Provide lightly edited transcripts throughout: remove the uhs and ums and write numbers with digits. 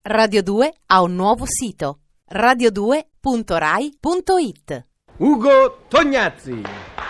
Radio 2 ha un nuovo sito, radio2.rai.it. Ugo Tognazzi.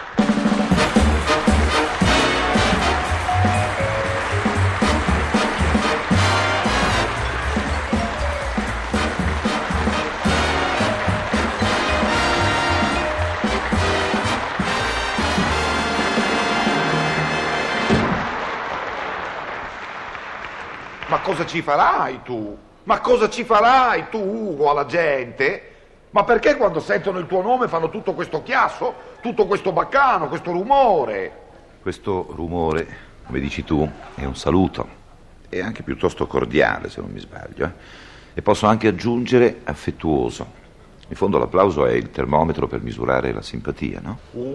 Ma cosa ci farai tu? Ma cosa ci farai tu, Ugo, alla gente? Ma perché quando sentono il tuo nome fanno tutto questo chiasso, tutto questo baccano, questo rumore? Questo rumore, come dici tu, è un saluto. È anche piuttosto cordiale, se non mi sbaglio. E posso anche aggiungere affettuoso. In fondo l'applauso è il termometro per misurare la simpatia, no?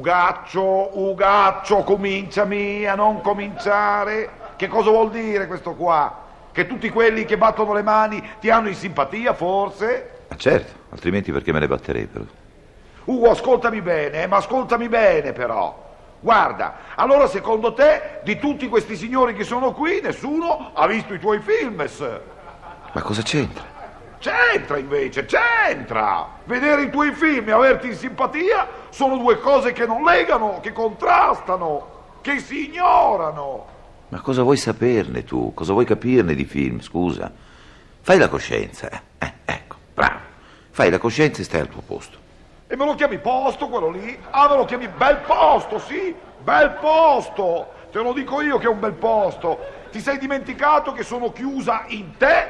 Ugaccio, cominciami a non cominciare. Che cosa vuol dire questo qua? Che tutti quelli che battono le mani ti hanno in simpatia, forse? Ma certo, altrimenti perché me le batterebbero? Ugo, ascoltami bene, ma ascoltami bene però. Guarda, allora secondo te, di tutti questi signori che sono qui, nessuno ha visto i tuoi filmes? Ma cosa c'entra? C'entra invece, c'entra! Vedere i tuoi film e averti in simpatia sono due cose che non legano, che contrastano, che si ignorano. Ma cosa vuoi saperne tu? Cosa vuoi capirne di film, scusa? Fai la coscienza. Ecco, bravo. Fai la coscienza e stai al tuo posto. E me lo chiami posto quello lì? Ah, me lo chiami bel posto, sì, bel posto. Te lo dico io che è un bel posto. Ti sei dimenticato che sono chiusa in te?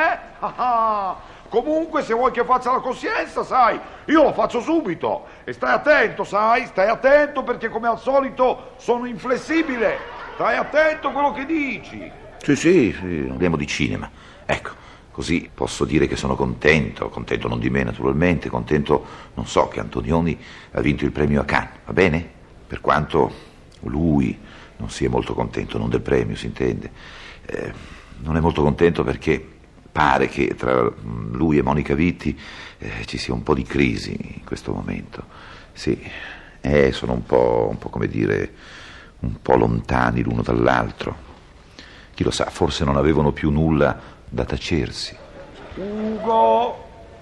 Comunque, se vuoi che faccia la coscienza, sai, io lo faccio subito. E stai attento, sai, stai attento perché come al solito sono inflessibile. Stai attento a quello che dici. Sì, andiamo di cinema. Ecco, così posso dire che sono contento non di me naturalmente, contento, non so, che Antonioni ha vinto il premio a Cannes, va bene? Per quanto lui non sia molto contento, non del premio, si intende. Non è molto contento perché pare che tra lui e Monica Vitti ci sia un po' di crisi in questo momento. Sì, sono un po' come dire, un po' lontani l'uno dall'altro. Chi lo sa, forse non avevano più nulla da tacersi. Ugo!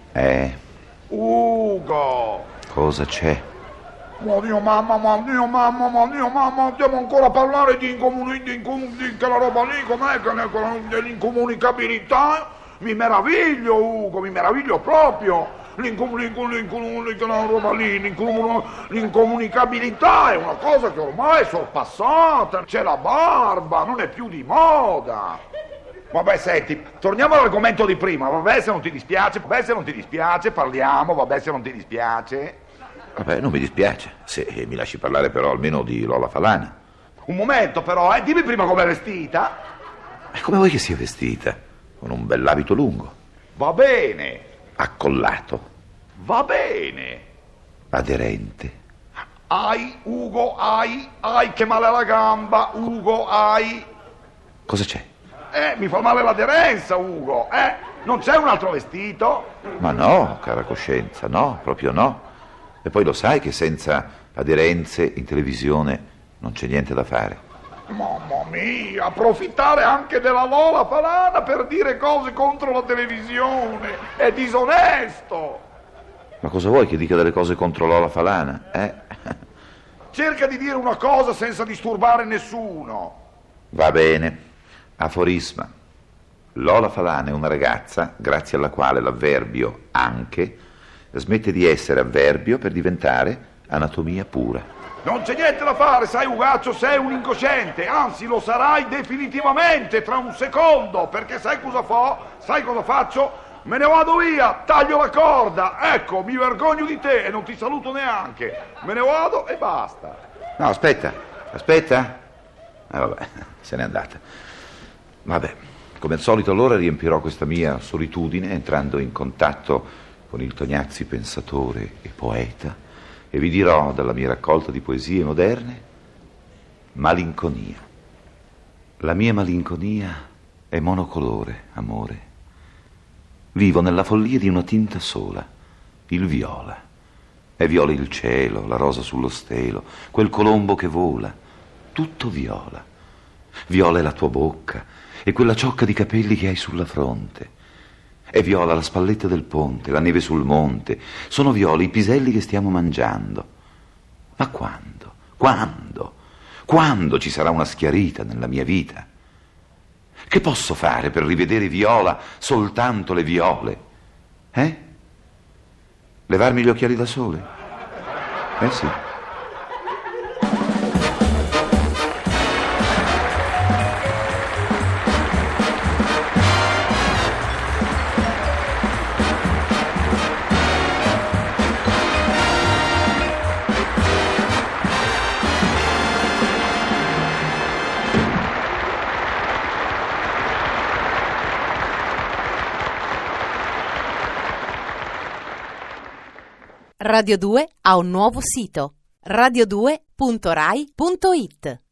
Ugo! Cosa c'è? Mio mamma, dobbiamo ancora parlare di quella roba lì, com'è, dell'incomunicabilità? Mi meraviglio, Ugo, mi meraviglio proprio. L'incomunicabilità è una cosa che ormai è sorpassata. C'è la barba, non è più di moda. Vabbè, senti, torniamo all'argomento di prima, vabbè, se non ti dispiace, parliamo, vabbè, se non ti dispiace. Vabbè, non mi dispiace, se mi lasci parlare però almeno di Lola Falana. Un momento però, dimmi prima com'è vestita. E come vuoi che sia vestita? Con un bell'abito lungo. Va bene. Accollato. Va bene. Aderente. Ugo, che male alla gamba, Ugo, Cosa c'è? Mi fa male l'aderenza, Ugo, non c'è un altro vestito? Ma no, cara coscienza, no, proprio no. E poi lo sai che senza aderenze in televisione non c'è niente da fare. Mamma mia, approfittare anche della Lola Falana per dire cose contro la televisione, è disonesto. Ma cosa vuoi che dica delle cose contro Lola Falana, Cerca di dire una cosa senza disturbare nessuno. Va bene, aforisma. Lola Falana è una ragazza grazie alla quale l'avverbio anche smette di essere avverbio per diventare anatomia pura. Non c'è niente da fare, sai Ugaccio, sei un incosciente, anzi lo sarai definitivamente tra un secondo, perché sai cosa faccio? Me ne vado via, taglio la corda, ecco, mi vergogno di te e non ti saluto neanche, me ne vado e basta. No, aspetta, vabbè, se n'è andata. Vabbè, come al solito allora riempirò questa mia solitudine entrando in contatto con il Tognazzi pensatore e poeta e vi dirò dalla mia raccolta di poesie moderne malinconia. La mia malinconia è monocolore, amore. Vivo nella follia di una tinta sola, il viola. È viola il cielo, la rosa sullo stelo, quel colombo che vola, tutto viola. Viola è la tua bocca e quella ciocca di capelli che hai sulla fronte. È viola la spalletta del ponte, la neve sul monte. Sono viole i piselli che stiamo mangiando. Ma quando? Quando? Quando ci sarà una schiarita nella mia vita? Che posso fare per rivedere viola soltanto le viole? Levarmi gli occhiali da sole? Sì. Radio 2 ha un nuovo sito: radio2.rai.it.